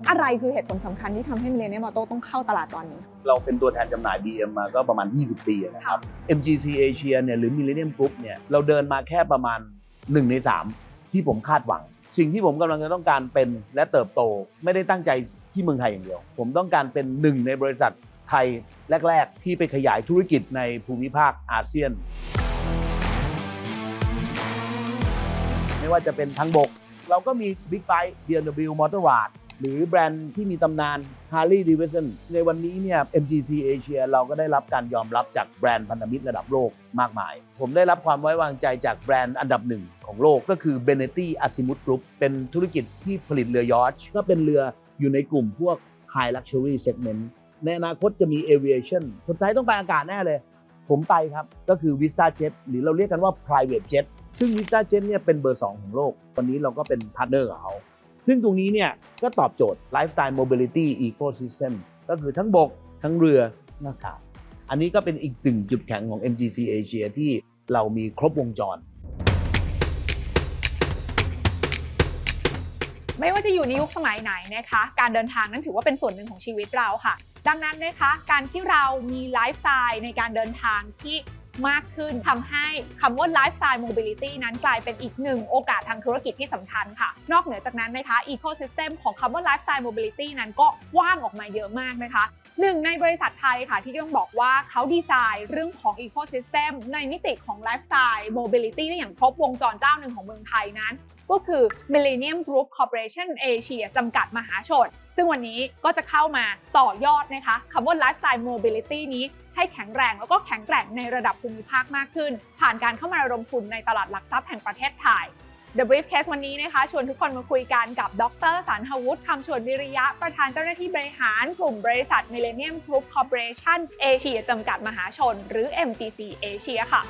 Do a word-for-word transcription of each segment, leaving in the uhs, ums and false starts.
อะไรคือเหตุผลสำคัญที่ทำให้ Millennium Auto ต้องเข้าตลาดตอนนี้เราเป็นตัวแทนจำหน่าย บี เอ็ม มาก็ประมาณยี่สิบปีนะครับ เอ็ม จี ซี Asia เนี่ยหรือ Millennium Group เนี่ยเราเดินมาแค่ประมาณหนึ่งในสามที่ผมคาดหวังสิ่งที่ผมกำลังจะต้องการเป็นและเติบโตไม่ได้ตั้งใจที่เมืองไทยอย่างเดียวผมต้องการเป็นหนึ่งในบริษัทไทยแรกๆที่ไปขยายธุรกิจในภูมิภาคอาเซียนไม่ว่าจะเป็นทางบกเราก็มี Big Bike บี เอ็ม ดับเบิลยู Motorrad หรือแบรนด์ที่มีตำนาน Harley Davidson ในวันนี้เนี่ย เอ็ม จี ซี Asia เราก็ได้รับการยอมรับจากแบรนด์พันธมิตรระดับโลกมากมายผมได้รับความไว้วางใจจากแบรนด์อันดับหนึ่งของโลกก็คือ Benetti Azimuth Group เป็นธุรกิจที่ผลิตเรือยอชท์ก็เป็นเรืออยู่ในกลุ่มพวก High Luxury Segment ในอนาคตจะมี Aviation คนไทยต้องไปอากาศแน่เลยผมไปครับก็คือ Vista Jet หรือเราเรียกกันว่า Private Jet ซึ่ง Vista Jet เนี่ยเป็นเบอร์สองของโลกวันนี้เราก็เป็นพาร์ทเนอร์กับเขาซึ่งตรงนี้เนี่ยก็ตอบโจทย์ Lifestyle Mobility Ecosystem ก็คือทั้งบกทั้งเรือทั้งอากาศอันนี้ก็เป็นอีกหนึ่งจุดแข็งของ เอ็ม จี ซี Asia ที่เรามีครบวงจรไม่ว่าจะอยู่ในยุคสมัยไหนนะคะการเดินทางนั้นถือว่าเป็นส่วนหนึ่งของชีวิตเราค่ะดังนั้นนะคะการที่เรามีไลฟ์สไตล์ในการเดินทางที่มากขึ้นทำให้คำว่า Lifestyle Mobility นั้นกลายเป็นอีกหนึ่งโอกาสทางธุรกิจที่สำคัญค่ะนอกเหนือจากนั้นนะคะ Ecosystem ของคำว่า Lifestyle Mobility นั้นก็กว้างออกมาเยอะมากนะคะหนึ่งในบริษัทไทยค่ะที่ต้องบอกว่าเขาดีไซน์เรื่องของ Ecosystem ในมิติของ Lifestyle Mobility ได้อย่างครบวงจรเจ้าหนึ่งของเมืองไทยนั้นก็คือ Millennium Group Corporation Asia จำกัดมหาชนซึ่งวันนี้ก็จะเข้ามาต่อยอดนะคะคำว่า Lifestyle Mobility นี้ให้แข็งแรงแล้วก็แข็งแกร่งในระดับภูมิภาคมากขึ้นผ่านการเข้ามาระดมทุนในตลาดหลักทรัพย์แห่งประเทศไทย The Briefcase วันนี้นะคะชวนทุกคนมาคุยกันกับดร.สันหวุฒิคำชวนวิริยะประธานเจ้าหน้าที่บริหารกลุ่มบริษัท Millennium Group Corporation Asia จำกัดมหาชนหรือ เอ็ม จี ซี Asia ค่ะ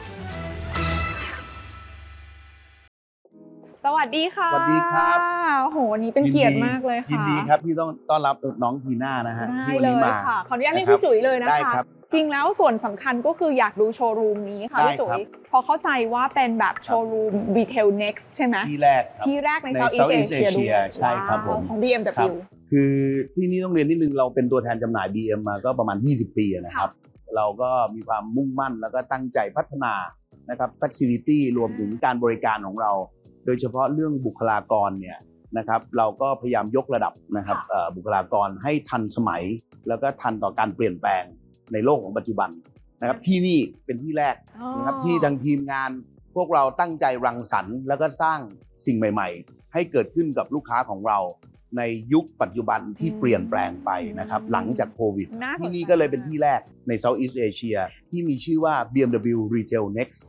สวัสดีค่ะสวัสดีครับโอ้โหวันนี้เป็นเกียรติมากเลยค่ะยินดีครับที่ต้องต้อนรับน้องทีน่านะฮะที่วันนี้มาค่ะขออนุญาตเรียกพี่จุ๋ยเลยนะคะจริงแล้วส่วนสำคัญก็คืออยากดูโชว์รูมนี้ค่ะพี่จุ๋ยพอเข้าใจว่าเป็นแบบโชว์รูม Retail Next ใช่ไหมที่แรกที่แรกใน Southeast Asia ด้วยใช่ครับผมของ บี เอ็ม ดับเบิลยูคือที่นี่ต้องเรียนนิดนึงเราเป็นตัวแทนจำหน่าย บี เอ็ม มาก็ประมาณยี่สิบปีนะครับเราก็มีความมุ่งมั่นแล้วก็ตั้งใจพัฒนานะครับ Facility รวมถึงการบริการของเราโดยเฉพาะเรื่องบุคลากรเนี่ยนะครับเราก็พยายามยกระดับนะครับบุคลากรให้ทันสมัยแล้วก็ทันต่อการเปลี่ยนแปลงในโลกของปัจจุบันนะครับที่นี่เป็นที่แรกนะครับที่ทางทีมงานพวกเราตั้งใจรังสรรค์แล้วก็สร้างสิ่งใหม่ๆให้เกิดขึ้นกับลูกค้าของเราในยุคปัจจุบันที่เปลี่ยนแปลงไปนะครับหลังจากโควิดที่นี่ก็เลยเป็นที่แรกใน Southeast Asia ที่มีชื่อว่า บี เอ็ม ดับเบิลยู Retail Next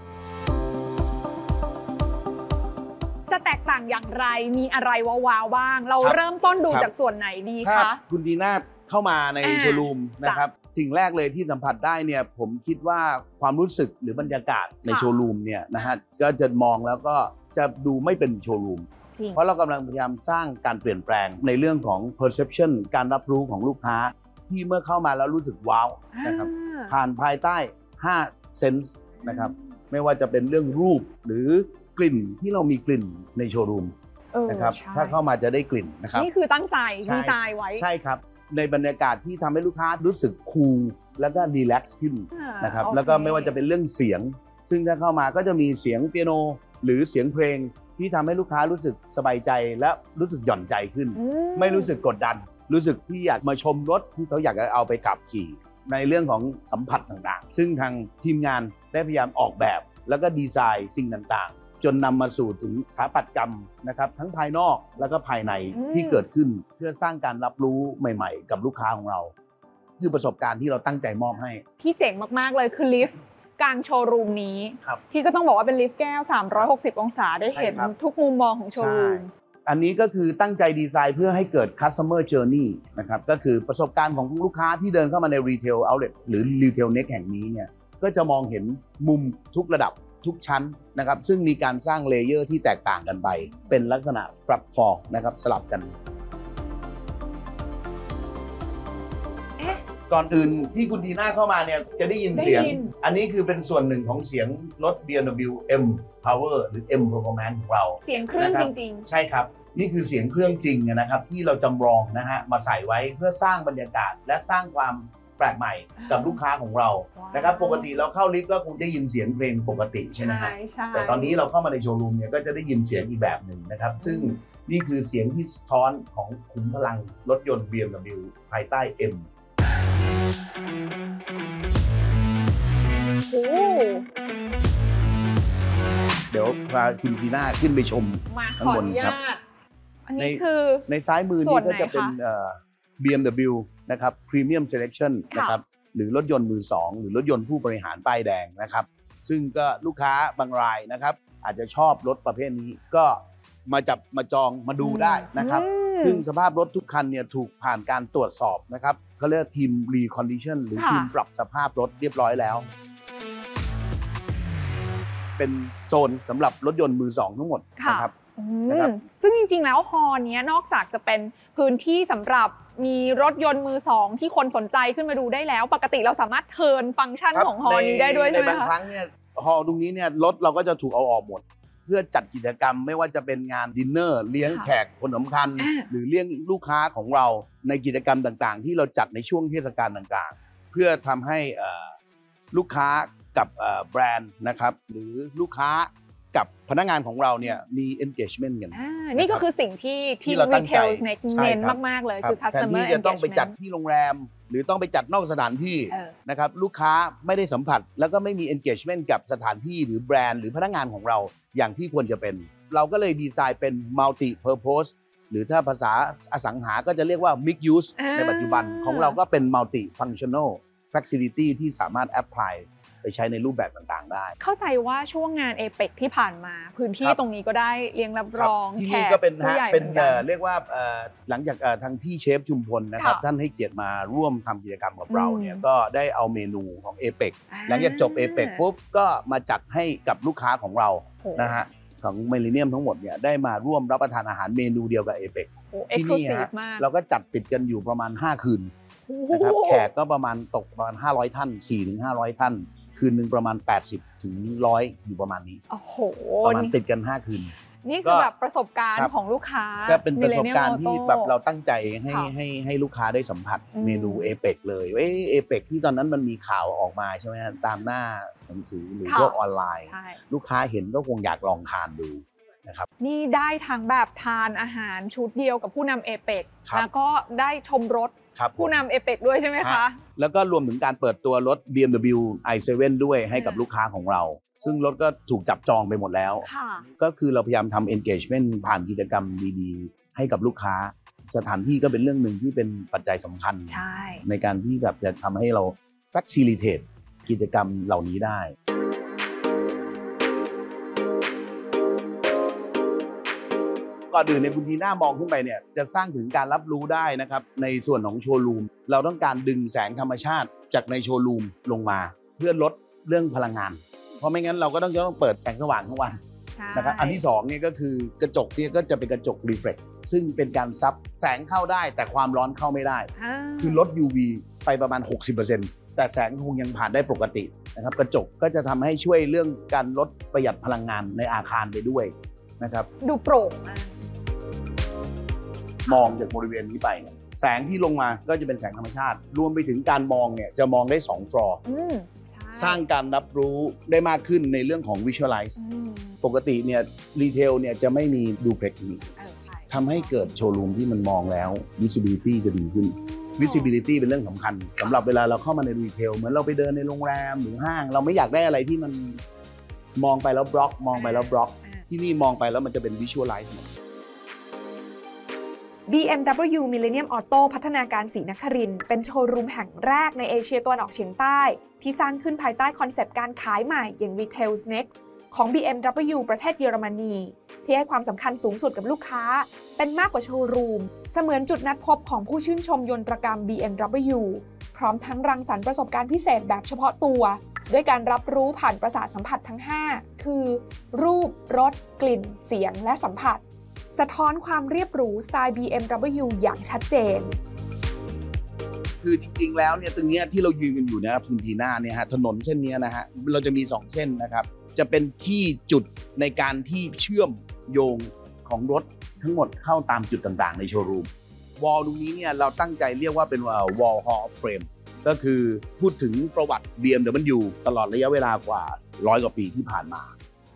จะแตกต่างอย่างไรมีอะไรว้าวๆบ้างเราเริ่มต้นดูจากส่วนไหนดีคะคุณดีน่าเข้ามาในโชว์รูมนะครับสิ่งแรกเลยที่สัมผัสได้เนี่ยผมคิดว่าความรู้สึกหรือบรรยากาศในโชว์รูมเนี่ยนะฮะก็จะมองแล้วก็จะดูไม่เป็นโชว์รูมเพราะเรากำลังพยายามสร้างการเปลี่ยนแปลงในเรื่องของ perception การรับรู้ของลูกค้าที่เมื่อเข้ามาแล้วรู้สึกว้าวนะครับผ่านภายใต้ห้า sense นะครับไม่ว่าจะเป็นเรื่องรูปหรือกลิ่นที่เรามีกลิ่นในโชว์รูมนะครับถ้าเข้ามาจะได้กลิ่นนะครับนี่คือตั้งใจดีไซน์ไว้ใช่ครับในบรรยากาศที่ทำให้ลูกค้ารู้สึกคูลแล้วก็รีแลกซ์ขึ้นนะครับแล้วก็ไม่ว่าจะเป็นเรื่องเสียงซึ่งถ้าเข้ามาก็จะมีเสียงเปียโนหรือเสียงเพลงที่ทำให้ลูกค้ารู้สึกสบายใจและรู้สึกหย่อนใจขึ้นไม่รู้สึกกดดันรู้สึกที่อยากมาชมรถที่เขาอยากจะเอาไปขับขี่ในเรื่องของสัมผัสต่างๆซึ่งทางทีมงานได้พยายามออกแบบแล้วก็ดีไซน์สิ่งต่างๆจนนำมาสู่ถึงสถาปัตยกรรมนะครับทั้งภายนอกแล้วก็ภายในที่เกิดขึ้นเพื่อสร้างการรับรู้ใหม่ๆกับลูกค้าของเราคือประสบการณ์ที่เราตั้งใจมอบให้ที่เจ๋งมากๆเลยคือลิฟต์กลางโชว์รูมนี้ที่ก็ต้องบอกว่าเป็นลิฟต์แก้วสามร้อยหกสิบองศาได้เห็นทุกมุมมองของโชว์รูมอันนี้ก็คือตั้งใจดีไซน์เพื่อให้เกิด customer journey นะครับก็คือประสบการณ์ของลูกค้าที่เดินเข้ามาใน retail outlet หรือ retail next แห่งนี้เนี่ยก็จะมองเห็นมุมทุกระดับทุกชั้นนะครับซึ่งมีการสร้างเลเยอร์ที่แตกต่างกันไปเป็นลักษณะ flapฟอร์นะครับสลับกันก่อนอื่นที่คุณทีน่าเข้ามาเนี่ยจะได้ยินเสียงได้ยินอันนี้คือเป็นส่วนหนึ่งของเสียงรถ บี เอ็ม ดับเบิลยู M Power หรือ M Performance ของเราเสียงเครื่องนะคจรับริงใช่ครับนี่คือเสียงเครื่องจริงนะครับที่เราจำลองนะฮะมาใส่ไว้เพื่อสร้างบรรยากาศและสร้างความแปลกใหม่กับลูกค้าของเราว้าวนะครับปกติเราเข้าลิฟต์ก็คงได้ยินเสียงเพลงปกติๆใช่ไหมฮะใช่แต่ตอนนี้เราเข้ามาในโชว์รูมเนี่ยก็จะได้ยินเสียงอีกแบบหนึ่งนะครับซึ่งนี่คือเสียงที่สะท้อนของขุมพลังรถยนต์ บี เอ็ม ดับเบิลยู ภายใต้ M โอ้เดี๋ยวพาคุณชีน่าขึ้นไปชมมาข้างขอบนอนุครัญาบตอันนี้คือในซ้ายมือส่วนี้นไหนก็จะเป็นคะเอ่อ บี เอ็ม ดับเบิลยู นะครับ Premium Selection ค่ะนะครับหรือรถยนต์มือสองหรือรถยนต์ผู้บริหารป้ายแดงนะครับซึ่งก็ลูกค้าบางรายนะครับอาจจะชอบรถประเภทนี้ก็มาจับมาจองมาดูได้นะครับอืมซึ่งสภาพรถทุกคันเนี่ยถูกผ่านการตรวจสอบนะครับเขาเรียกทีม Recondition หรือค่ะทีมปรับสภาพรถเรียบร้อยแล้ว เป็นโซนสำหรับรถยนต์มือสองทั้งหมดค่ะนะครับอืนะครับมซึ่งจริงๆ แล้วฮอลล์เนี้ยนอกจากจะเป็นพื้นที่สำหรับมีรถยนต์มือสองที่คนสนใจขึ้นมาดูได้แล้ว ปกติเราสามารถเทิร์นฟังก์ชันครับของฮอลล์นี้ได้ด้วยใช่ไหมในบางคะครั้งเนี่ยฮอลล์ตรงนี้เนี่ยรถเราก็จะถูกเอาออกหมด เพื่อจัดกิจกรรมไม่ว่าจะเป็นงานดินเนอร์เลี้ยงค่ะแขกคนสำคัญอ่าหรือเลี้ยงลูกค้าของเราในกิจกรรมต่างๆ ที่เราจัดในช่วงเทศกาลต่างๆ เพื่อทำให้เอ่อลูกค้ากับเอ่อแบรนด์นะครับหรือลูกค้ากับพนักงานของเราเนี่ยมี engagement กันอ่านี่ก็คือสิ่งที่ที่ที่เราตั้งใจ Retail Snack ใช่เน้นครับมากๆเลยครับคือแทน customer ที่จะต้องไปจัด engagement ที่โรงแรม หรือต้องไปจัดนอกสถานที่เออนะครับลูกค้าไม่ได้สัมผัสแล้วก็ไม่มี engagement กับสถานที่หรือแบรนด์หรือพนักงานของเราอย่างที่ควรจะเป็น เราก็เลยดีไซน์เป็น multi purpose หรือถ้าภาษาอสังหาก็จะเรียกว่า mix use อ่าในปัจจุบันของเราก็เป็น multi functional facility ที่สามารถ apply ไปใช้ในรูปแบบต่างๆได้เข้าใจว่าช่วงงาน เอ เปค ที่ผ่านมาพื้นที่ครับตรงนี้ก็ได้เรียงรับรองที่แขนี่กก็เป็นผู้ฮะใหญ่เป็นหมือเอ่กัอเรียกว่าเอ่อหลังจากเอ่อทางพี่เชฟชุมพลนะครับค่ะท่านให้เกียรติมาร่วมทำกิจกรรมกับเราเนี่ยอืมก็ได้เอาเมนูของ เอ เปคอ่าหลังจากจบ เอ เปค ปุ๊บก็มาจัดให้กับลูกค้าของเราโหนะฮะของมิลเลนเนียมทั้งหมดเนี่ยได้มาร่วมรับประทานอาหารเมนูเดียวกับ เอ เปคโหเอ็กที่ซ์คลูนี่ซีฟฮะมากเราก็จัดติดกันอยู่ประมาณห้าคืนโอ้โหนะครับแขกก็ประมาณตกประมาณห้าร้อยท่าน สี่ถึงห้าร้อย ท่าน คืนหนึ่งประมาณแปดสิบถึงหนึ่งร้อยอยู่ประมาณนี้โอ้โหประมาณนี่ติดกันห้าคืนนี่ก็คือแบบประสบการณ์ครับของลูกค้าก็เป็นประสบการณ์ Millennium ที่ Auto แบบเราตั้งใจให้ค่ะให้ให้ลูกค้าได้สัมผัสอืมเมนู เอ เปค เลยเอเอเปกที่ตอนนั้นมันมีข่าวออกมาใช่ไหมฮะตามหน้าหนังสือหรือค่ะพวกออนไลน์ใช่ลูกค้าเห็นก็คงอยากลองทานดูนะครับนี่ได้ทั้งแบบทานอาหารชุดเดียวกับผู้นำ เอ เปคครับแล้วก็ได้ชมรถครับผมผู้นำ เอ เปค ด้วยใช่ไหมคะฮะ แล้วก็รวมถึงการเปิดตัวรถ บี เอ็ม ดับเบิลยู ไอ เซเว่น ด้วยให้กับอืมลูกค้าของเรา ซึ่งรถก็ถูกจับจองไปหมดแล้วค่ะก็คือเราพยายามทำ engagement ผ่านกิจกรรมดีๆ ให้กับลูกค้า สถานที่ก็เป็นเรื่องหนึ่งที่เป็นปัจจัยสำคัญใช่ในการที่แบบจะทำให้เรา facilitate กิจกรรมเหล่านี้ได้ ก่อนอื่นในยคุณทีน่ามองขึ้นไปเนี่ยจะสร้างถึงการรับรู้ได้นะครับในส่วนของโชว์รูมเราต้องการดึงแสงธรรมชาติจากในโชว์รูมลงมา เพื่อลดเรื่องพลังงาน เพราะไม่งั้นเราก็ต้องจะต้องเปิดแสงสว่างทั้งวันใช่นะครับอันที่สองเนี่ยก็คือกระจกเนี่ยก็จะเป็นกระจก reflect ซึ่งเป็นการซับแสงเข้าได้แต่ความร้อนเข้าไม่ได้าคือลด ยู วี ไปประมาณ หกสิบเปอร์เซ็นต์ แต่แสงคงยังผ่านได้ปกตินะครับกระจกก็จะทำให้ช่วยเรื่องการลดประหยัดพลังงานในอาคารไปด้วยนะครับดูโปร่งมากมองจากบริเวณนี้ไปเนี่ยแสงที่ลงมาก็จะเป็นแสงธรรมชาติ รวมไปถึงการมองเนี่ยจะมองได้สองฟลอร์อืมใช่สร้างการรับรู้ได้มากขึ้นในเรื่องของ visualize อืมปกติเนี่ยรีเทลเนี่ยจะไม่มีดูเพล็กนี้เออใช่ทำให้เกิดโชว์รูมที่มันมองแล้ว visibility จะดีขึ้น visibility เป็นเรื่องสำคัญสำหรับเวลาเราเข้ามาในรีเทลเหมือนเราไปเดินในโรงแรมหรือห้าง เราไม่อยากได้อะไรที่มันมองไปแล้วบล็อกมองไปแล้วบล็อกอ่าที่นี่มองไปแล้วมันจะเป็น visualize หมดบี เอ็ม ดับเบิลยู Millennium Auto พัฒนาการศรีนครินทร์เป็นโชว์รูมแห่งแรกในเอเชียตะวันออกเฉียงใต้ ที่สร้างขึ้นภายใต้คอนเซปต์การขายใหม่อย่าง Retail Next ของ บี เอ็ม ดับเบิลยู ประเทศเยอรมนีที่ให้ความสำคัญสูงสุดกับลูกค้า เป็นมากกว่าโชว์รูม เสมือนจุดนัดพบของผู้ชื่นชมยนตรกรรม บี เอ็ม ดับเบิลยู พร้อมทั้งรังสรรค์ประสบการณ์พิเศษแบบเฉพาะตัว ด้วยการรับรู้ผ่านประสาทสัมผัสทั้ง ห้า คือ รูป รส กลิ่น เสียง และสัมผัส สะท้อนความเรียบหรูสไตล์ บี เอ็ม ดับเบิลยู อย่างชัดเจนคือจริงๆแล้วเนี่ยตรงเนี้ยที่เรายืนกันอยู่นะครับคุณทีน่าเนี่ยฮะถนนเส้นนี้นะฮะเราจะมีสองเส้นนะครับจะเป็นที่จุดในการที่เชื่อมโยงของรถทั้งหมดเข้าตามจุดต่างๆในโชว์รูมวอลตรงนี้เนี่ยเราตั้งใจเรียกว่าเป็น Wall Hall of Fame ก็คือพูดถึงประวัติ บี เอ็ม ดับเบิลยู ตลอดระยะเวลากว่าร้อยกว่าปีที่ผ่านมา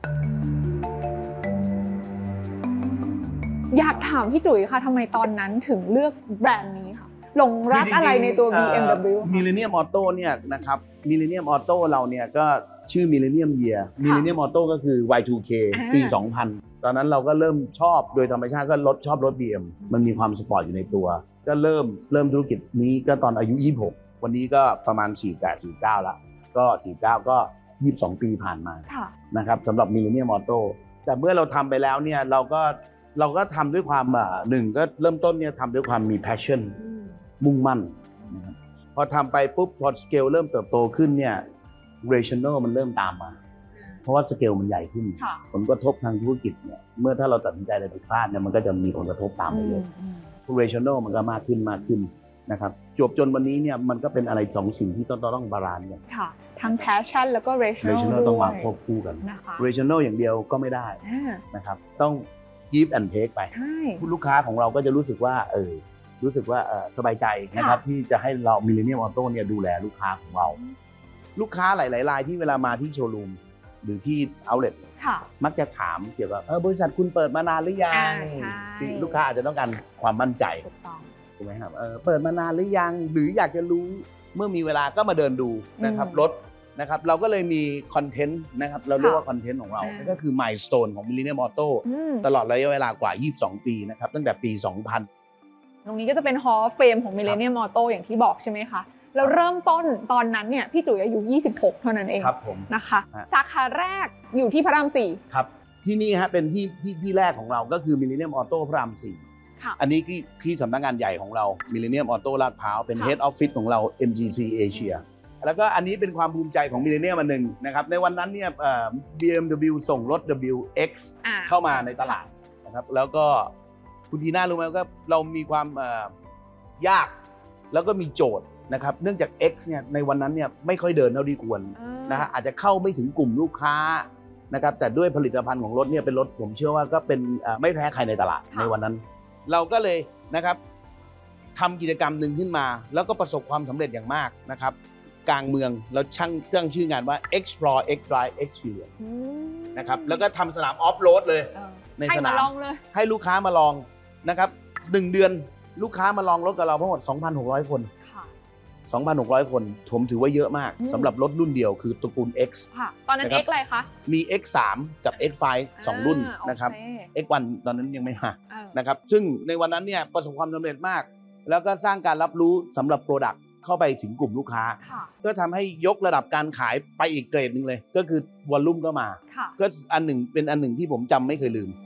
อยากถามพี่จุ๋ยค่ะทำไมตอนนั้นถึงเลือกแบรนด์นี้ค่ะหลงรักอะไรในตัว บี เอ็ม ดับเบิลยู Millennium Auto เนี่ยนะครับ Millennium Auto เราเนี่ยก็ชื่อ Millennium Year Millennium Auto ก็คือ วาย ทู เค ปี สองพัน ตอนนั้นเราก็เริ่มชอบโดยธรรมชาติก็รถชอบรถ บี เอ็ม มันมีความสปอร์ตอยู่ในตัวก็เริ่มเริ่มธุรกิจนี้ก็ตอนอายุยี่สิบหกวันนี้ก็ประมาณสี่สิบแปด สี่สิบเก้าแล้วก็สี่สิบเก้าก็ยี่สิบสองปีผ่านมานะครับสำหรับ Millennium Auto แต่เมื่อเราทำไปแล้วเนี่ยเราก็เราก็ทำด้วยความหนึ่งก็เริ่มต้นเนี่ยทำด้วยความมี passion มุ่งมั่นนะครับพอทำไปปุ๊บพอสเกลเริ่มเติบโตขึ้นเนี่ย rational มันเริ่มตามมาเพราะว่าสเกลมันใหญ่ขึ้นผลกระทบทางธุรกิจเนี่ยเมื่อถ้าเราตัดสินใจอะไรผิดพลาดเนี่ยมันก็จะมีผลกระทบตามไปเยอะ rational มันก็มากขึ้นมากขึ้นนะครับจบจนวันนี้เนี่ยมันก็เป็นอะไรสองสิ่งที่ต้องต้องบาลานซ์กันค่ะทั้ง passion แล้วก็ rational ต้องมาควบคู่กัน rational อย่างเดียวก็ไม่ได้นะครับต้อง give and take ไปผู้ลูกค้าของเราก็จะรู้สึกว่าเออรู้สึกว่าสบายใจนะครับที่จะให้เรา Millennium Auto เนี่ยดูแลลูกค้าของเราลูกค้าหลายๆรายที่เวลามาที่โชว์รูมหรือที่ outlet มักจะถามเกี่ยวกับเออบริษัทคุณเปิดมานานหรือยังลูกค้าอาจจะต้องการความมั่นใจถูกไหมครับเออเปิดมานานหรือยังหรืออยากจะรู้เมื่อมีเวลาก็มาเดินดูนะครับรถนะครับเราก็เลยมีคอนเทนต์นะครับเราเรียกว่าคอนเทนต์ของเราก็คือ Milestone ของ Millennium Auto ตลอดระยะเวลากว่ายี่สิบสองปีนะครับตั้งแต่ปีสองพันตรงนี้ก็จะเป็น Hall of Fame ของ Millennium Auto อย่างที่บอกใช่ไหมคะแล้วเริ่มต้นตอนนั้นเนี่ยพี่จุ๋ยอายุยี่สิบหกเท่านั้นเองครับผมนะคะสาขาแรกอยู่ที่พระรามสี่ครับที่นี่ฮะเป็นที่ที่ที่แรกของเราก็คือ Millennium Auto พระรามสี่อันนี้ที่ที่สำนักงานใหญ่ของเรา Millennium Auto ลาดพร้าวเป็น Head Office ของเรา เอ็ม จี ซี Asia แล้วก็อันนี้เป็นความภูมิใจของ Millennium อันหนึ่งนะครับในวันนั้นเนี่ย บี เอ็ม ดับเบิลยู ส่งรถ ดับเบิลยู เอ็กซ์ เข้ามาในตลาดนะครับแล้วก็คุณทีน่ารู้ไหมว่าเรามีความยากแล้วก็มีโจทย์นะครับเนื่องจาก X เนี่ยในวันนั้นเนี่ยไม่ค่อยเดินเท่าที่ควรนะฮะอาจจะเข้าไม่ถึงกลุ่มลูกค้านะครับแต่ด้วยผลิตภัณฑ์ของรถเนี่ยเป็นรถผมเชื่อว่าก็เป็นไม่แพ้ใครในตลาดในวันนั้นเราก็เลยนะครับทำกิจกรรมหนึ่งขึ้นมาแล้วก็ประสบความสำเร็จอย่างมากนะครับกลางเมืองเราช่างตั้งชื่องานว่า Explore X Drive Experience นะครับแล้วก็ทำสนามออฟโรดเลยในสนามให้ลูกค้ามาลองนะครับหนึ่งเดือนลูกค้ามาลองรถกับเราทั้งหมด สองพันหกร้อย คน สองพันหกร้อย คนผมถือว่าเยอะมากสำหรับรถรุ่นเดียวคือตระกูล X ค่ะตอนนั้น X อะไรคะมี เอ็กซ์ สาม กับ เอ็กซ์ ไฟว์ สองรุ่นนะครับ เอ็กซ์ วัน ตอนนั้นยังไม่มานะครับซึ่งในวันนั้นเนี่ยประสบความสำเร็จมากแล้วก็สร้างการรับรู้สำหรับโปรดักต์เข้าไปถึงกลุ่มลูกค้าก็ทำให้ยกระดับการขายไปอีกเกรดนึงเลยก็คือวอลลุ่มก็มาก็อันหนึ่งเป็นอันหนึ่งที่ผมจำไม่เคยลืม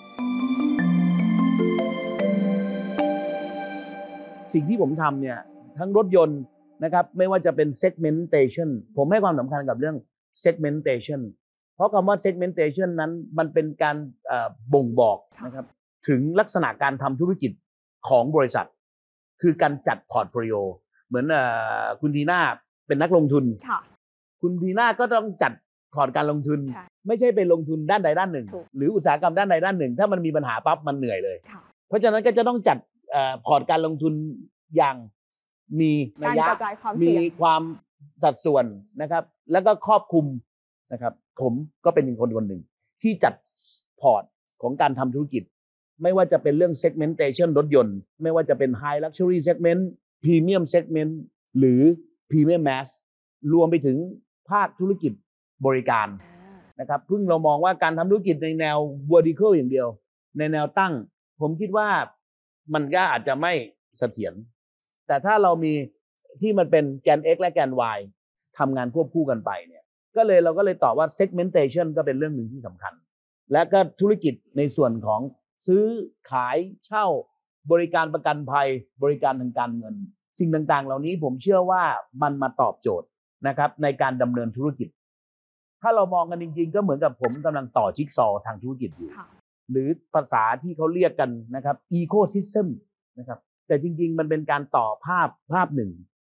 สิ่งที่ผมทำเนี่ยทั้งรถยนต์นะครับไม่ว่าจะเป็น segmentation ผมให้ความสำคัญกับเรื่อง segmentation เพราะคำว่า segmentation นั้นมันเป็นการบ่งบอกนะครับถึงลักษณะการทำธุรกิจของบริษัทคือการจัดพอร์ตโฟลิโอเหมือนคุณทีน่าเป็นนักลงทุนคุณทีน่าก็ต้องจัดพอร์ตการลงทุนไม่ใช่ไปลงทุนด้านใดด้านหนึ่งหรืออุตสาหกรรมด้านใดด้านหนึ่งถ้ามันมีปัญหาปั๊บมันเหนื่อยเลยเพราะฉะนั้นก็จะต้องจัดพอร์ตการลงทุนอย่างมีนัยยะมีความสัดส่วนนะครับแล้วก็ครอบคลุมนะครับผมก็เป็นคนคนหนึ่งที่จัดพอร์ตของการทำธุรกิจไม่ว่าจะเป็นเรื่อง segmentation รถยนต์ไม่ว่าจะเป็น high luxury segment premium segment หรือ premium mass รวมไปถึงภาคธุรกิจบริการนะครับเพิ่งเรามองว่าการทำธุรกิจในแนว vertical อย่างเดียวในแนวตั้งผมคิดว่ามันก็อาจจะไม่เสถียรแต่ถ้าเรามีที่มันเป็นแกน X และแกน Y ทำงานควบคู่กันไปเนี่ยก็เลยเราก็เลยตอบว่า segmentation ก็เป็นเรื่องหนึ่งที่สำคัญและก็ธุรกิจในส่วนของซื้อขายเช่าบริการประกันภัยบริการทางการเงินสิ่งต่างๆเหล่านี้ผมเชื่อว่ามันมาตอบโจทย์นะครับในการดำเนินธุรกิจถ้าเรามองกันจริงๆก็เหมือนกับผมกำลังต่อจิ๊กซอว์ทางธุรกิจอยู่หรือภาษาที่เขาเรียกกันนะครับ ecosystem นะครับแต่จริงๆมันเป็นการต่อภาพภาพหนึ่ง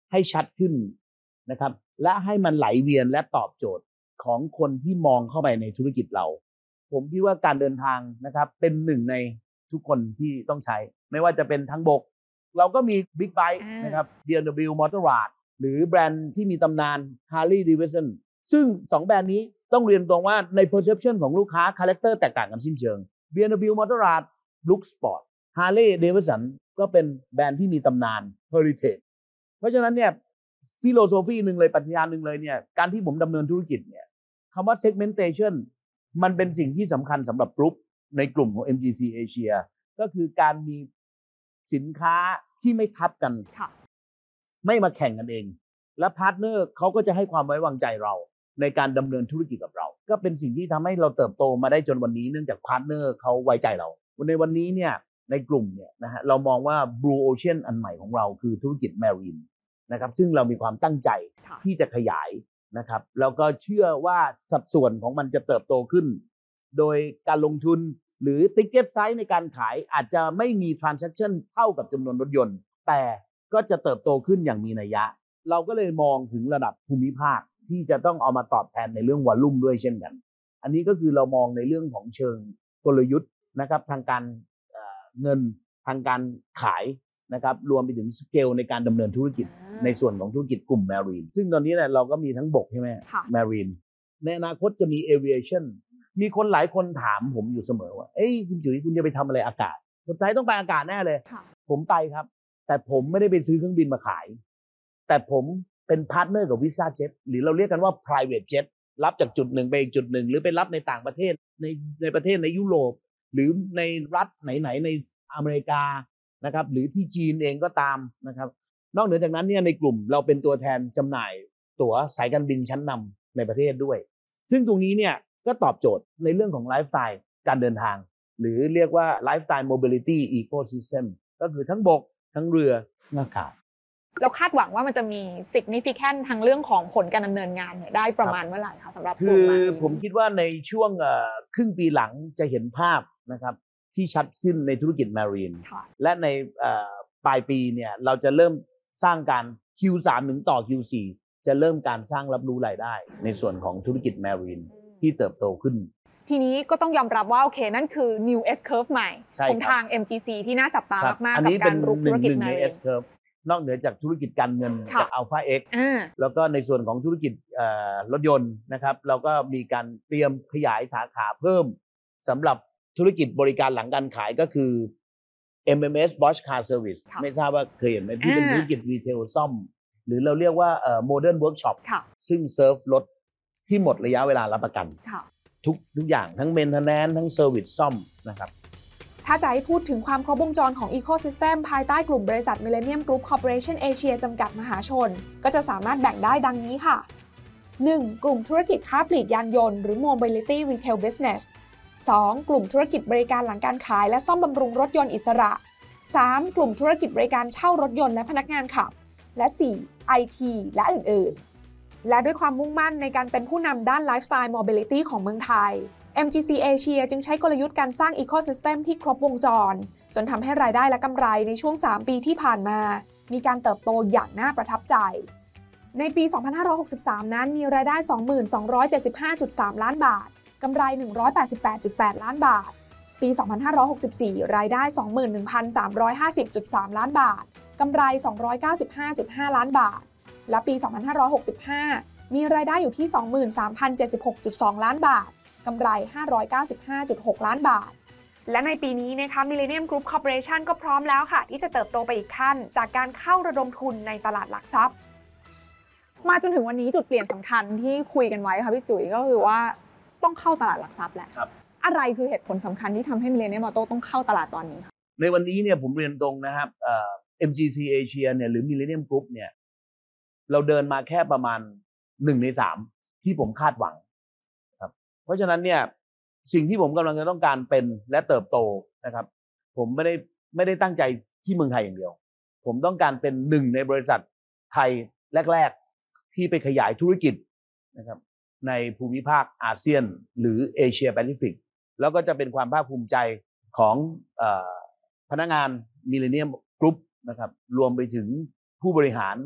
ให้ชัดขึ้นนะครับและให้มันไหลเวียนและตอบโจทย์ของคนที่มองเข้าไปในธุรกิจเราผมคิดว่าการเดินทางนะครับเป็นหนึ่งในทุกคนที่ต้องใช้ไม่ว่าจะเป็นทางบกเราก็มี Big Bike นะครับ บี เอ็ม ดับเบิลยู Motorrad หรือแบรนด์ที่มีตำนาน Harley Davidson ซึ่งสองแบรนด์นี้ต้องเรียนตรงว่าใน perception ของลูกค้าคาแรคเตอร์แตกต่างกันสิ้นเชิง บี เอ็ม ดับเบิลยู Motorrad Look Sport Harley Davidson ก็เป็นแบรนด์ที่มีตำนาน Heritage เพราะฉะนั้นเนี่ยฟิโลโซฟีหนึ่งเลยปรัชญาหนึ่งเลยเนี่ยการที่ผมดำเนินธุรกิจเนี่ยคำว่า segmentation มันเป็นสิ่งที่สำคัญสำหรับกลุ่มในกลุ่มของ เอ็ม จี ซี Asia ก็คือการมีสินค้าที่ไม่ทับกันไม่มาแข่งกันเองและพาร์ทเนอร์เขาก็จะให้ความไว้วางใจเราในการดำเนินธุรกิจกับเราก็เป็นสิ่งที่ทำให้เราเติบโตมาได้จนวันนี้เนื่องจากพาร์ทเนอร์เขาไว้ใจเราในวันนี้เนี่ยในกลุ่มเนี่ยนะฮะเรามองว่า Blue Ocean อันใหม่ของเราคือธุรกิจ Marine นะครับซึ่งเรามีความตั้งใจที่จะขยายนะครับแล้วก็เชื่อว่าสัดส่วนของมันจะเติบโตขึ้นโดยการลงทุนหรือ ticket size ในการขายอาจจะไม่มี transaction เท่ากับจำนวนรถยนต์แต่ก็จะเติบโตขึ้นอย่างมีนัยยะเราก็เลยมองถึงระดับภูมิภาคที่จะต้องเอามาตอบแทนในเรื่องวอลลุ่มด้วยเช่นกันอันนี้ก็คือเรามองในเรื่องของเชิงกลยุทธ์นะครับทางการเอ่อเงินทางการขายนะครับรวมไปถึงสเกลในการดำเนินธุรกิจในส่วนของธุรกิจกลุ่ม Marine ซึ่งตอนนี้เนี่ยเราก็มีทั้งบกใช่ไหม Marine ในอนาคตจะมี Aviation มีคนหลายคนถามผมอยู่เสมอว่าเอ้ยคุณจุ๋ยคุณจะไปทำอะไรอากาศสุดท้ายต้องไปอากาศแน่เลยผมไปครับแต่ผมไม่ได้ไปซื้อเครื่องบินมาขายแต่ผมเป็นพาร์ทเนอร์กับ Visa Jet หรือเราเรียกกันว่า private jet รับจากจุดหนึ่งไปอีกจุดหนึ่งหรือไปรับในต่างประเทศในในประเทศในยุโรปหรือในรัฐไหนๆในอเมริกานะครับหรือที่จีนเองก็ตามนะครับนอกเหนือจากนั้นเนี่ยในกลุ่มเราเป็นตัวแทนจำหน่ายตั๋วสายการบินชั้นนำในประเทศด้วยซึ่งตรงนี้เนี่ยก็ตอบโจทย์ในเรื่องของไลฟ์สไตล์การเดินทางหรือเรียกว่าไลฟ์สไตล์โมบิลิตี้อีโคซิสเต็มก็คือทั้งบกทั้งเรือทั้งอากาศเราคาดหวังว่ามันจะมี significant ทางเรื่องของผลการดำเนินงานเนี่ยได้ประมาณเมื่อไหร่คะสำหรับคือผมคิดว่าในช่วงครึ่งปีหลังจะเห็นภาพนะครับที่ชัดขึ้นในธุรกิจ Marine และในปลายปีเนี่ยเราจะเริ่มสร้างการ คิว สาม ถึงต่อ คิว สี่ จะเริ่มการสร้างรับรู้รายได้ในส่วนของธุรกิจ Marine ที่เติบโตขึ้นทีนี้ก็ต้องยอมรับว่าโอเคนั่นคือ new S curve ใหม่ของทาง เอ็ม จี ซี ที่น่าจับตามากๆกับการรุกธุรกิจ Marine S curve นอกเหนือจากธุรกิจการเงินจาก Alpha X แล้วก็ในส่วนของธุรกิจรถยนต์นะครับเราก็มีการเตรียมขยายสาขาเพิ่มสำหรับธุรกิจบริการหลังการขายก็คือ เอ็ม เอ็ม เอส Bosch Car Service ไม่ทราบว่าเคยเห็นไหมที่เป็นธุรกิจรีเทลซ่อมหรือเราเรียกว่า Modern Workshop ซึ่งเซิร์ฟรถที่หมดระยะเวลารับประกันทุกทุกอย่างทั้ง Maintenance ทั้ง Service ซ่อมนะครับถ้าจะให้พูดถึงความครบวงจรของ Ecosystem ภายใต้กลุ่มบริษัท Millennium Group Corporation Asia จำกัดมหาชนก็จะสามารถแบ่งได้ดังนี้ค่ะ หนึ่ง. กลุ่มธุรกิจค้าปลีกยานยนต์หรือ Mobility Retail Business สอง. กลุ่มธุรกิจบริการหลังการขายและซ่อมบำรุงรถยนต์อิสระ สาม. กลุ่มธุรกิจบริการเช่ารถยนต์และพนักงานขับและ สี่. ไอ ที และอื่นๆและด้วยความมุ่งมั่นในการเป็นผู้นำด้าน Lifestyle Mobility ของเมืองไทยเอ็ม จี ซี Asia จึงใช้กลยุทธ์การสร้าง Ecosystem ที่ครบวงจรจนทำให้รายได้และกำไรในช่วงสามปีที่ผ่านมามีการเติบโตอย่างน่าประทับใจในปี สองพันห้าร้อยหกสิบสาม นั้นมีรายได้ สองหมื่นสองร้อยเจ็ดสิบห้าจุดสาม ล้านบาทกำไร หนึ่งร้อยแปดสิบแปดจุดแปด ล้านบาทปี สองพันห้าร้อยหกสิบสี่ รายได้ สองหมื่นหนึ่งพันสามร้อยห้าสิบจุดสาม ล้านบาทกำไร สองร้อยเก้าสิบห้าจุดห้า ล้านบาทและปี สองพันห้าร้อยหกสิบห้า มีรายได้อยู่ที่ สองหมื่นสามพันเจ็ดสิบหกจุดสอง ล้านบาทกำไร ห้าร้อยเก้าสิบห้าจุดหก ล้านบาทและในปีนี้นะคะ Millennium Group Corporation ก็พร้อมแล้วค่ะที่จะเติบโตไปอีกขั้นจากการเข้าระดมทุนในตลาดหลักทรัพย์มาจนถึงวันนี้จุดเปลี่ยนสำคัญที่คุยกันไว้ค่ะพี่จุ๋ยก็คือว่าต้องเข้าตลาดหลักทรัพย์แหละอะไรคือเหตุผลสำคัญที่ทำให้ Millennium Auto ต้องเข้าตลาดตอนนี้คะในวันนี้เนี่ยผมเรียนตรงนะครับเอ่อ เอ็ม จี ซี Asia เนี่ยหรือ Millennium Group เนี่ยเราเดินมาแค่ประมาณหนึ่งในสามที่ผมคาดหวังครับเพราะฉะนั้นเนี่ยสิ่งที่ผมกำลังจะต้องการเป็นและเติบโตนะครับผมไม่ได้ไม่ได้ตั้งใจที่เมืองไทยอย่างเดียวผมต้องการเป็นหนึ่งในบริษัทไทยแรกๆที่ไปขยายธุรกิจนะครับในภูมิภาคอาเซียนหรือเอเชียแปซิฟิกแล้วก็จะเป็นความภาคภูมิใจของเอ่อพนักงาน Millennium Group นะครับรวมไปถึงผู้บริหาร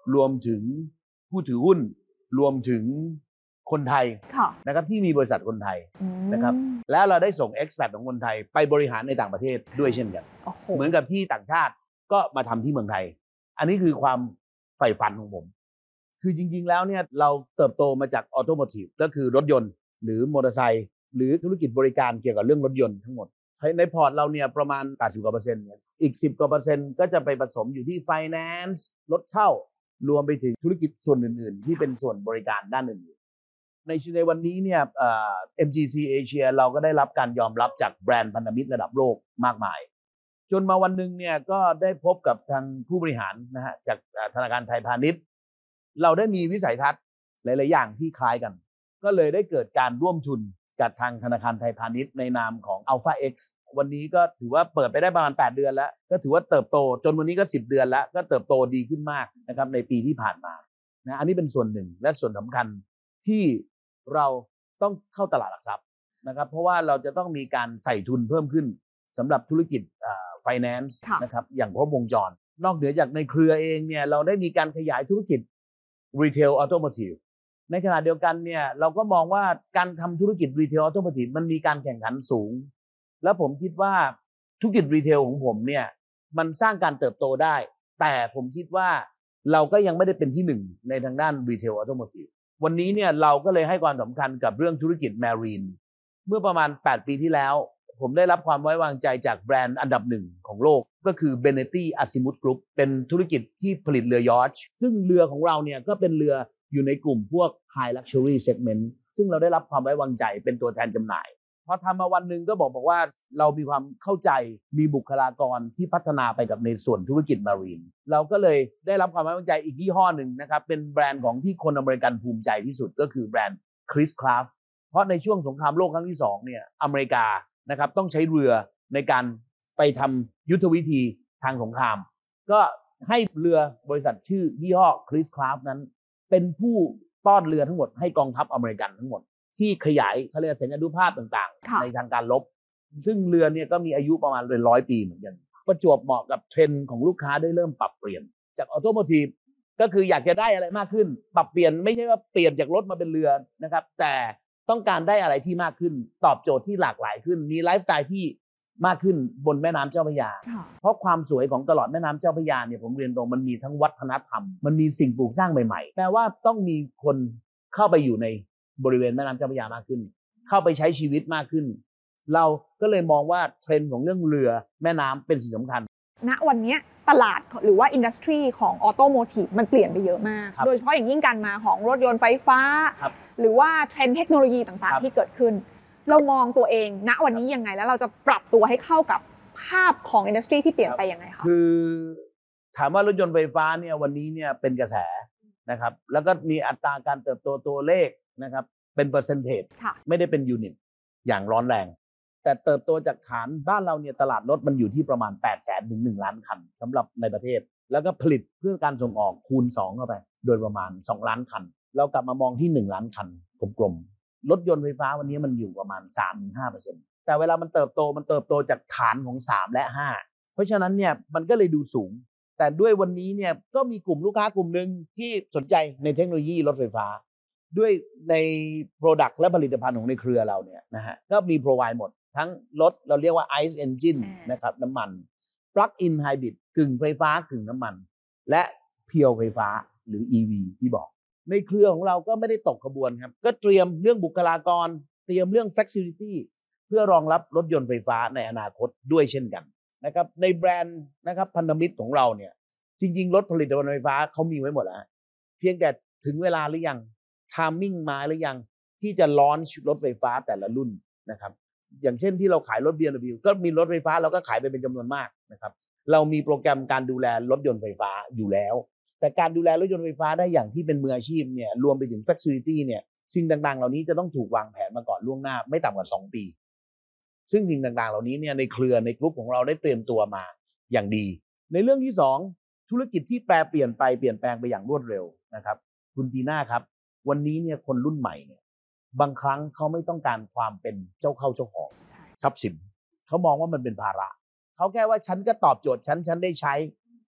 รวมถึงผู้ถือหุ้นรวมถึงคนไทยนะครับที่มีบริษัทคนไทยนะครับแล้วเราได้ส่ง expat ของคนไทยไปบริหารในต่างประเทศด้วยเช่นกันเหมือนกับที่ต่างชาติก็มาทำที่เมืองไทยอันนี้คือความใฝ่ฝันของผมคือจริงๆแล้วเนี่ยเราเติบโตมาจากออโตโมทีฟก็คือรถยนต์หรือมอเตอร์ไซค์หรือธุรกิจบริการเกี่ยวกับเรื่องรถยนต์ทั้งหมดในพอร์ตเราเนี่ยประมาณแปดสิบกว่าเปอร์เซ็นต์เนี่ยอีกสิบกว่าเปอร์เซ็นต์ก็จะไปผสมอยู่ที่ Finance รถเช่ารวมไปถึงธุรกิจส่วนอื่นๆที่เป็นส่วนบริการด้านอื่นๆในในวันนี้เนี่ยเอ่อ เอ็ม จี ซี Asia เราก็ได้รับการยอมรับจากแบรนด์พันธมิตรระดับโลกมากมายจนมาวันนึงเนี่ยก็ได้พบกับทางผู้บริหารนะฮะจากธนาคารไทยพาณิชย์เราได้มีวิสัยทัศน์หลายๆอย่างที่คล้ายกันก็เลยได้เกิดการร่วมทุนกับทางธนาคารไทยพาณิชย์ในนามของ Alpha X วันนี้ก็ถือว่าเปิดไปได้ประมาณแปดเดือนแล้วก็ถือว่าเติบโตจนวันนี้ก็สิบเดือนแล้วก็เติบโตดีขึ้นมากนะครับในปีที่ผ่านมานะอันนี้เป็นส่วนหนึ่งและส่วนสำคัญที่เราต้องเข้าตลาดหลักทรัพย์นะครับเพราะว่าเราจะต้องมีการใส่ทุนเพิ่มขึ้นสำหรับธุรกิจเอ่อ Finance นะครับอย่างครบวงจรนอกเหนือจากในเครือเองเนี่ยเราได้มีการขยายธุรกิจ Retail Automotive ในขณะเดียวกันเนี่ยเราก็มองว่าการทำธุรกิจ Retail Automotive มันมีการแข่งขันสูงแล้วผมคิดว่าธุรกิจรีเทลของผมเนี่ยมันสร้างการเติบโตได้แต่ผมคิดว่าเราก็ยังไม่ได้เป็นที่หนึ่งในทางด้านรีเทลออโตโมทีฟวันนี้เนี่ยเราก็เลยให้ความสำคัญกับเรื่องธุรกิจแมรีนเมื่อประมาณแปดปีที่แล้วผมได้รับความไว้วางใจจากแบรนด์อันดับหนึ่งของโลกก็คือ Benetti Azimuth Group เป็นธุรกิจที่ผลิตเรือยอชท์ซึ่งเรือของเราเนี่ยก็เป็นเรืออยู่ในกลุ่มพวก High Luxury Segment ซึ่งเราได้รับความไว้วางใจเป็นตัวแทนจำหน่ายพอทำมาวันหนึ่งก็บอกบอกว่าเรามีความเข้าใจมีบุคลากรที่พัฒนาไปกับในส่วนธุรกิจมารีนเราก็เลยได้รับความไว้วางใจอีกยี่ห้อหนึ่งนะครับเป็นแบรนด์ของที่คนอเมริกันภูมิใจที่สุดก็คือแบรนด์ Chris Craft เพราะในช่วงสงครามโลกครั้งที่สองเนี่ยอเมริกานะครับต้องใช้เรือในการไปทำยุทธวิธีทางสงครามก็ให้เรือบริษัทชื่อยี่ห้อ Chris Craft นั้นเป็นผู้ต้อนเรือทั้งหมดให้กองทัพอเมริกันทั้งหมดที่ขยายเขาเรียกสัญญานุภาพต่างๆในทางการรบซึ่งเรือเนี่ยก็มีอายุประมาณเป็นร้อยปีเหมือนกันประจวบเหมาะกับเทรนด์ของลูกค้าได้เริ่มปรับเปลี่ยนจากออโตโมทีฟก็คืออยากจะได้อะไรมากขึ้นปรับเปลี่ยนไม่ใช่ว่าเปลี่ยนจากรถมาเป็นเรือนะครับแต่ต้องการได้อะไรที่มากขึ้นตอบโจทย์ที่หลากหลายขึ้นมีไลฟ์สไตล์ที่มากขึ้นบนแม่น้ำเจ้าพระยาเพราะความสวยของตลอดแม่น้ำเจ้าพระยาเนี่ยผมเรียนตรงมันมีทั้งวัฒนธรรมมันมีสิ่งปลูกสร้างใหม่ๆแปลว่าต้องมีคนเข้าไปอยู่ในบริเวณแม่น้ำเจ้าพระยามากขึ้นเข้าไปใช้ชีวิตมากขึ้นเราก็เลยมองว่าเทรนด์ของเรื่องเรือแม่น้ำเป็นสิ่งสำคัญณวันนี้ตลาดหรือว่าอินดัสทรีของออโตโมทีฟมันเปลี่ยนไปเยอะมากโดยเฉพาะอย่างยิ่งการมาของรถยนต์ไฟฟ้าหรือว่าเทรนด์เทคโนโลยีต่างๆที่เกิดขึ้นเรามองตัวเองณวันนี้ยังไงแล้วเราจะปรับตัวให้เข้ากับภาพของอินดัสทรีที่เปลี่ยนไปยังไงคะคือถามว่ารถยนต์ไฟฟ้าเนี่ยวันนี้เนี่ยเป็นกระแสนะครับแล้วก็มีอัตราการเติบโตตัวเลขนะครับเป็นเปอร์เซนเทจไม่ได้เป็นยูนิตอย่างร้อนแรงแต่เติบโตจากฐานบ้านเราเนี่ยตลาดรถมันอยู่ที่ประมาณ แปดแสน ถึง หนึ่ง ล้านคันสำหรับในประเทศแล้วก็ผลิตเพื่อการส่งออกคูณสองเข้าไปโดยประมาณสองล้านคันเรากลับมามองที่หนึ่งล้านคันกลมๆรถยนต์ไฟฟ้าวันนี้มันอยู่ประมาณ สามถึงห้าเปอร์เซ็นต์ แต่เวลามันเติบโตมันเติบโตจากฐานของสามและห้าเพราะฉะนั้นเนี่ยมันก็เลยดูสูงแต่ด้วยวันนี้เนี่ยก็มีกลุ่มลูกค้ากลุ่มหนึ่งที่สนใจในเทคโนโลยีรถไฟฟ้าด้วยใน Product และผลิตภัณฑ์ของในเครือเราเนี่ยนะฮะก็มี provide หมดทั้งรถเราเรียกว่า ice engine นะครับน้ำมัน plug in hybrid กึ่งไฟฟ้ากึ่งน้ำมันและเพียวไฟฟ้าหรือ อี วี ที่บอกในเครือของเราก็ไม่ได้ตกขบวนครับก็เตรียมเรื่องบุคลากรเตรียมเรื่อง facility เพื่อรองรับรถยนต์ไฟฟ้าในอนาคตด้วยเช่นกันนะครับในแบรนด์นะครับพันธมิตรของเราเนี่ยจริงๆรถผลิตภัณฑ์ไฟฟ้าเขามีไว้หมดแล้วเพียงแต่ถึงเวลาหรือยังไทมิ่งมาหรือยังที่จะลอนช์รถไฟฟ้าแต่ละรุ่นนะครับอย่างเช่นที่เราขายรถ บี เอ็ม ดับเบิลยู ก็มีรถไฟฟ้าเราก็ขายไปเป็นจำนวนมากนะครับเรามีโปรแกรมการดูแลรถยนต์ไฟฟ้าอยู่แล้วแต่การดูแลรถยนต์ไฟฟ้าได้อย่างที่เป็นมืออาชีพเนี่ยรวมไปถึง facility เนี่ยสิ่งต่างๆเหล่านี้จะต้องถูกวางแผนมาก่อนล่วงหน้าไม่ต่ำกว่าสองปีซึ่งสิ่งต่างๆเหล่านี้เนี่ยในเครือในกลุ่มของเราได้เตรียมตัวมาอย่างดีในเรื่องที่สองธุรกิจที่แปรเปลี่ยนไปเปลี่ยนแปลงไปอย่างรวดเร็วนะครับคุณทีน่าครับวันนี้เนี่ยคนรุ่นใหม่เนี่ยบางครั้งเขาไม่ต้องการความเป็นเจ้าเข้าเจ้าของทรัพย์สินเขามองว่ามันเป็นภาระเขาแค่ว่าฉันก็ตอบโจทย์ฉันฉันได้ใช้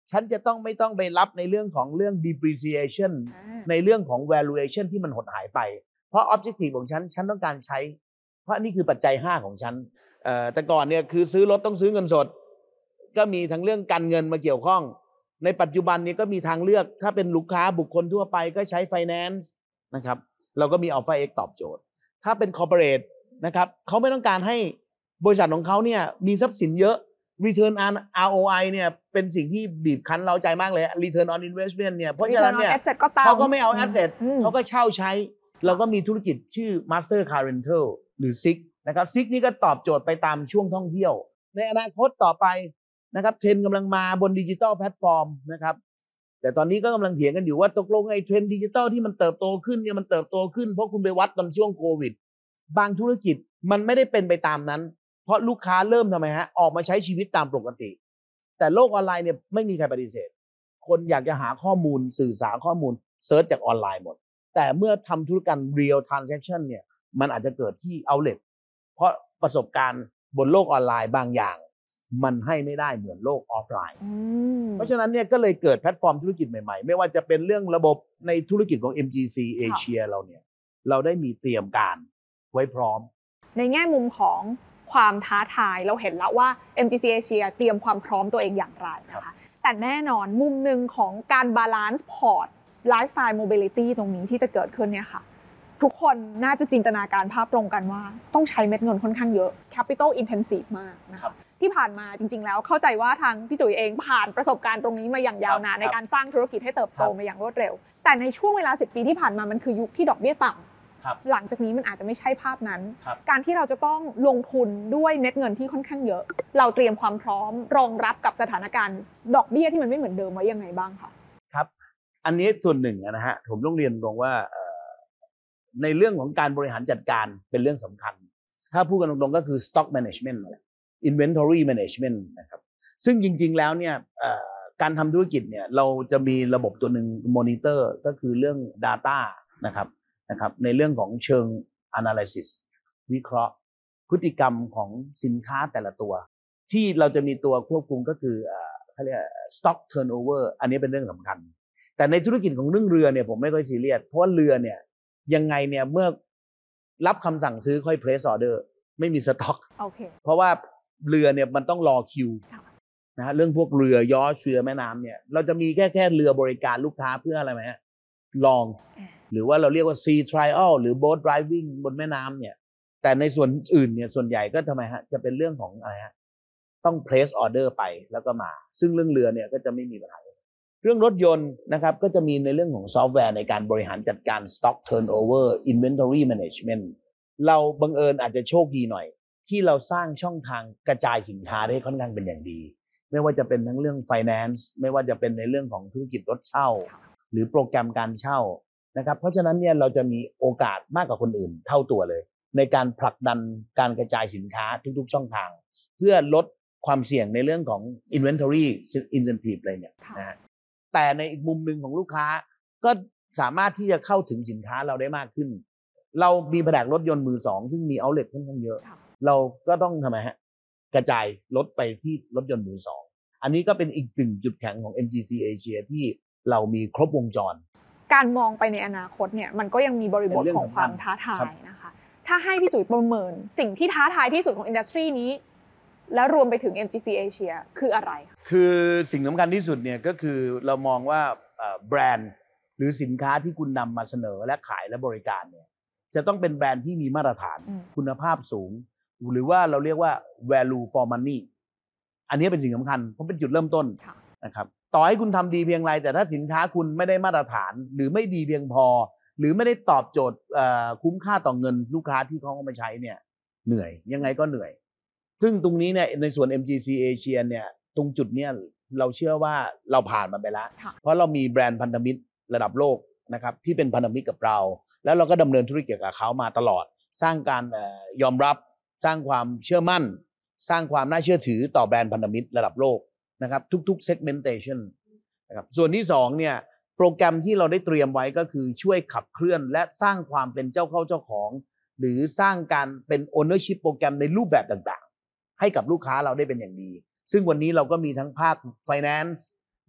ฉันจะต้องไม่ต้องไปรับในเรื่องของเรื่อง depreciation ในเรื่องของ valuation ที่มันหดหายไปเพราะ objective ของฉันฉันต้องการใช้เพราะนี่คือปัจจัยห้าของฉันเอ่อแต่ก่อนเนี่ยคือซื้อรถต้องซื้อเงินสดก็มีทั้งเรื่องการเงินมาเกี่ยวข้องในปัจจุบันนี้ก็มีทางเลือกถ้าเป็นลูกค้าบุคคลทั่วไปก็ใช้ finance นะครับเราก็มี Alpha X ตอบโจทย์ถ้าเป็น corporate นะครับเขาไม่ต้องการให้บริษัทของเขาเนี่ยมีทรัพย์สินเยอะ return on อาร์ โอ ไอ เนี่ยเป็นสิ่งที่บีบคั้นเราใจมากเลย return on investment เนี่ยเพราะฉะนั้นเนี่ยเขาก็ไม่เอา asset เขาก็เช่าใช้เราก็มีธุรกิจชื่อ Master Car Rental หรือ ซิก นะครับ ซิก นี่ก็ตอบโจทย์ไปตามช่วงท่องเที่ยวในอนาคตต่อไปนะครับเทรนด์กำลังมาบนดิจิทัลแพลตฟอร์มนะครับแต่ตอนนี้ก็กำลังเถียงกันอยู่ว่าตกลงไอ้เทรนด์ดิจิทัลที่มันเติบโตขึ้นเนี่ยมันเติบโตขึ้นเพราะคุณไปวัดตอนช่วงโควิดบางธุรกิจมันไม่ได้เป็นไปตามนั้นเพราะลูกค้าเริ่มทำไมฮะออกมาใช้ชีวิตตามปกติแต่โลกออนไลน์เนี่ยไม่มีใครปฏิเสธคนอยากจะหาข้อมูลสื่อสารข้อมูลเซิร์ชจากออนไลน์หมดแต่เมื่อทำธุรกรรม real transaction เนี่ยมันอาจจะเกิดที่ outlet เพราะประสบการณ์บนโลกออนไลน์บางอย่างมันให้ไม่ได้เหมือนโลกออฟไลน์เพราะฉะนั้นเนี่ยก็เลยเกิดแพลตฟอร์มธุรกิจใหม่ๆไม่ว่าจะเป็นเรื่องระบบในธุรกิจของ เอ็ม จี ซี Asia เราเนี่ยเราได้มีเตรียมการไว้พร้อมในแง่มุมของความท้าทายเราเห็นแล้วว่า เอ็ม จี ซี Asia เตรียมความพร้อมตัวเองอย่างไรนะคะแต่แน่นอนมุมหนึ่งของการบาลานซ์พอร์ตไลฟ์สไตล์โมบิลิตี้ตรงนี้ที่จะเกิดขึ้นเนี่ยค่ะทุกคนน่าจะจินตนาการภาพตรงกันว่าต้องใช้เม็ดเงินค่อนข้างเยอะ capital intensive มากนะคะที่ผ่านมาจริงๆแล้วเข้าใจว่าทางพี่จุ๋ยเองผ่านประสบการณ์ตรงนี้มาอย่างยาวนานในการสร้างธุรกิจให้เติบโตมาอย่างรวดเร็วแต่ในช่วงเวลาสิบปีที่ผ่านมามันคือยุคที่ดอกเบี้ยต่ำหลังจากนี้มันอาจจะไม่ใช่ภาพนั้นการที่เราจะต้องลงทุนด้วยเม็ดเงินที่ค่อนข้างเยอะเราเตรียมความพร้อมรองรับกับสถานการณ์ดอกเบี้ยที่มันไม่เหมือนเดิมไว้ยังไงบ้างคะครับอันนี้ส่วนหนึ่งนะฮะผมต้องเรียนตรงว่าในเรื่องของการบริหารจัดการเป็นเรื่องสำคัญถ้าพูดกันตรงๆก็คือ stock management inventory management นะครับซึ่งจริงๆแล้วเนี่ยการทำธุรกิจเนี่ยเราจะมีระบบตัวหนึ่ง monitor ก็คือเรื่อง data นะครับนะครับในเรื่องของเชิง analysis วิเคราะห์พฤติกรรมของสินค้าแต่ละตัวที่เราจะมีตัวควบคุมก็คือเขาเรียก stock turnover อันนี้เป็นเรื่องสำคัญแต่ในธุรกิจของเรื่องเรือเนี่ยผมไม่ค่อยซีเรียสเพราะว่าเรือเนี่ยยังไงเนี่ยเมื่อรับคำสั่งซื้อค่อย place order ไม่มีสต็อก okay. เพราะว่าเรือเนี่ยมันต้องรอคิวนะฮะเรื่องพวกเรือยอชเรือแม่น้ำเนี่ยเราจะมีแค่แค่เรือบริการลูกค้าเพื่ออะไรไหมฮะลองหรือว่าเราเรียกว่า sea trial หรือ boat driving บนแม่น้ำเนี่ยแต่ในส่วนอื่นเนี่ยส่วนใหญ่ก็ทำไมฮะจะเป็นเรื่องของอะไรฮะต้อง place order ไปแล้วก็มาซึ่งเรื่องเรือเนี่ยก็จะไม่มีปัญหาเรื่องรถยนต์นะครับก็จะมีในเรื่องของซอฟต์แวร์ในการบริหารจัดการ stock turnover inventory management เราบังเอิญอาจจะโชคดีหน่อยที่เราสร้างช่องทางกระจายสินค้าได้ค่อนข้างเป็นอย่างดีไม่ว่าจะเป็นทั้งเรื่อง finance ไม่ว่าจะเป็นในเรื่องของธุรกิจรถเช่าหรือโปรแกรมการเช่านะครับเพราะฉะนั้นเนี่ยเราจะมีโอกาสมากกว่าคนอื่นเท่าตัวเลยในการผลักดันการกระจายสินค้าทุกๆช่องทางเพื่อลดความเสี่ยงในเรื่องของ inventory incentive อะไรเนี่ยนะฮะแต่ในอีกมุมหนึ่งของลูกค้าก็สามารถที่จะเข้าถึงสินค้าเราได้มากขึ้นเรามีแผนกรถยนต์มือสองซึ่งมี outlet ค่อนข้างเยอะเราก็ต้องทำไมฮะกระจายรถไปที่รถยนต์มือสองอันนี้ก็เป็นอีกหนึ่งจุดแข็งของ เอ็ม จี ซี Asia ที่เรามีครบวงจรการมองไปในอนาคตเนี่ยมันก็ยังมีบริบทของความท้าทายนะคะถ้าให้พี่จุ๋ยประเมินสิ่งที่ท้าทายที่สุดของอินดัสทรีนี้แล้วรวมไปถึง เอ็ม จี ซี Asia คืออะไรคือสิ่งสำคัญที่สุดเนี่ยก็คือเรามองว่าแบรนด์หรือสินค้าที่คุณนำมาเสนอและขายและบริการเนี่ยจะต้องเป็นแบรนด์ที่มีมาตรฐานคุณภาพสูงหรือว่าเราเรียกว่า value for money อันนี้เป็นสิ่งสำคัญเพราะเป็นจุดเริ่มต้นนะครับต่อให้คุณทำดีเพียงไรแต่ถ้าสินค้าคุณไม่ได้มาตรฐานหรือไม่ดีเพียงพอหรือไม่ได้ตอบโจทย์คุ้มค่าต่อเงินลูกค้าที่เขาเอามาใช้เนี่ยเหนื่อยยังไงก็เหนื่อยซึ่งตรงนี้เนี่ยในส่วน เอ็ม จี ซี Asia เนี่ยตรงจุดเนี้ยเราเชื่อว่าเราผ่านมาไปแล้วเพราะเรามีแบรนด์พันธมิตรระดับโลกนะครับที่เป็นพันธมิตรกับเราแล้วเราก็ดำเนินธุรกิจกับเขามาตลอดสร้างการยอมรับสร้างความเชื่อมั่นสร้างความน่าเชื่อถือต่อแบรนด์พันธมิตรระดับโลกนะครับทุกๆ segmentation นะครับส่วนที่สองเนี่ยโปรแกรมที่เราได้เตรียมไว้ก็คือช่วยขับเคลื่อนและสร้างความเป็นเจ้าเข้าเจ้าของหรือสร้างการเป็น ownership โปรแกรมในรูปแบบต่างๆให้กับลูกค้าเราได้เป็นอย่างดีซึ่งวันนี้เราก็มีทั้งภาค finance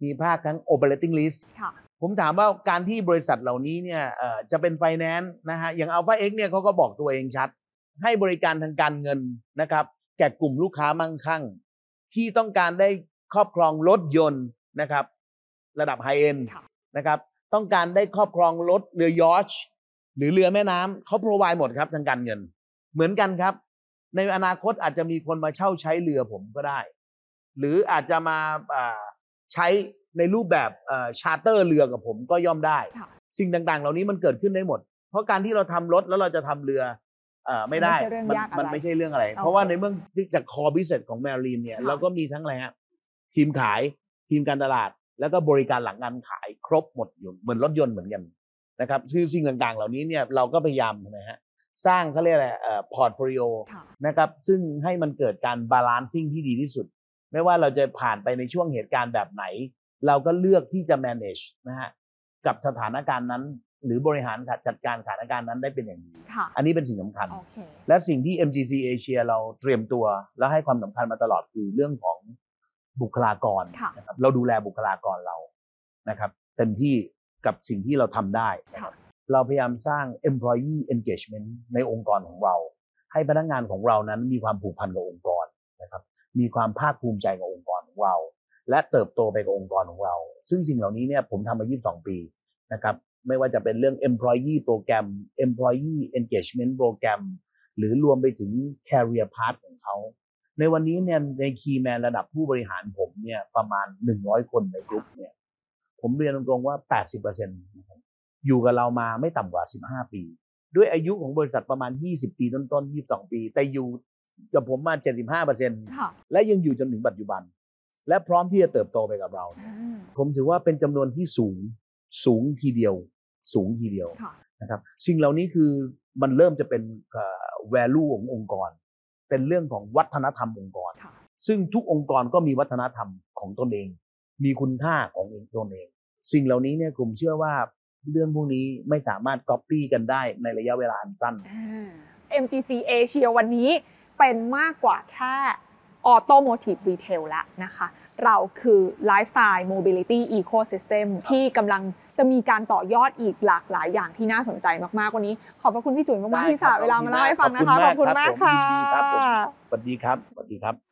มีภาคทั้ง operating list ค่ะผมถามว่าการที่บริษัทเหล่านี้เนี่ยเอ่อจะเป็น finance นะฮะอย่าง Alpha X เนี่ยเขาก็บอกตัวเองชัดให้บริการทางการเงินนะครับแก่กลุ่มลูกค้ามั่งคั่งที่ต้องการได้ครอบครองรถยนต์นะครับระดับไฮเอ็นด์ค่ะนะครับต้องการได้ครอบครองรถเรือยอชท์หรือเรือแม่น้ำเขา provide หมดครับทางการเงินเหมือนกันครับในอนาคตอาจจะมีคนมาเช่าใช้เรือผมก็ได้หรืออาจจะมาใช้ในรูปแบบชาร์เตอร์เรือกับผมก็ย่อมได้สิ่งต่างๆเหล่านี้มันเกิดขึ้นได้หมดเพราะการที่เราทำรถแล้วเราจะทำเรือเอ่อไม่ได้มันมันไม่ใช่เรื่องอะไรเพราะว่าในเมื่อที่จาก core business ของ Marine เนี่ยเราก็มีทั้งอะไรฮะทีมขายทีมการตลาดแล้วก็บริการหลังการขายครบหมดอยู่เหมือนรถยนต์เหมือนกันนะครับคือสิ่งต่างๆเหล่านี้เนี่ยเราก็พยายามนะฮะสร้างเขาเรียกอะไรเอ่อ portfolio นะครับซึ่งให้มันเกิดการ balancing ที่ดีที่สุดไม่ว่าเราจะผ่านไปในช่วงเหตุการณ์แบบไหนเราก็เลือกที่จะ manage นะฮะกับสถานการณ์นั้นหรือบริหารจัดการสถานการณ์นั้นได้เป็นอย่างดีอันนี้เป็นสิ่งสำคัญ okay. และสิ่งที่ เอ็ม จี ซี Asia เราเตรียมตัวและให้ความสำคัญมาตลอดคือเรื่องของบุคลากรนะครับเราดูแลบุคลากรเรานะครับเต็มที่กับสิ่งที่เราทำได้นะครับเราพยายามสร้าง employee engagement ในองค์กรของเราให้พนักงานของเรานั้นมีความผูกพันกับองค์กรนะครับมีความภาคภูมิใจกับองค์กรของเราและเติบโตไปกับองค์กรของเราซึ่งสิ่งเหล่านี้เนี่ยผมทำมายี่สิบสองปีนะครับไม่ว่าจะเป็นเรื่อง employee program employee engagement program หรือรวมไปถึง career path ของเขาในวันนี้เนี่ยใน key man ระดับผู้บริหารผมเนี่ยประมาณหนึ่งร้อยคนในกลุ่มเนี่ยผมเรียนตรงๆว่า แปดสิบเปอร์เซ็นต์ อยู่กับเรามาไม่ต่ำกว่าสิบห้าปีด้วยอายุของบริษัทประมาณยี่สิบปีต้นๆยี่สิบสองปีแต่อยู่กับผมมา เจ็ดสิบห้าเปอร์เซ็นต์ และยังอยู่จนถึงปัจจุบันและพร้อมที่จะเติบโตไปกับเราผมถือว่าเป็นจำนวนที่สูงสูงทีเดียวสูงทีเดียวนะครับสิ่งเหล่านี้คือมันเริ่มจะเป็น value ขององค์กรเป็นเรื่องของวัฒนธรรมองค์กรซึ่งทุกองค์กรก็มีวัฒนธรรมของตนเองมีคุณค่าของตนเองสิ่งเหล่านี้เนี่ยผมเชื่อว่าเรื่องพวกนี้ไม่สามารถ copy กันได้ในระยะเวลาอันสั้นเอ็ม จี ซี Asia วันนี้เป็นมากกว่าแค่ Automotive Retail แล้วนะคะเราคือ Lifestyle Mobility Ecosystem ที่กำลังจะมีการต่อยอดอีกหลากหลายอย่างที่น่าสนใจมากๆวันนี้ขอบพระคุณพี่จุ๋ยมากๆที่สละเวลามาเล่าให้ฟังนะคะขอบคุณมากค่ะสวัสดีครับสวัสดีครับ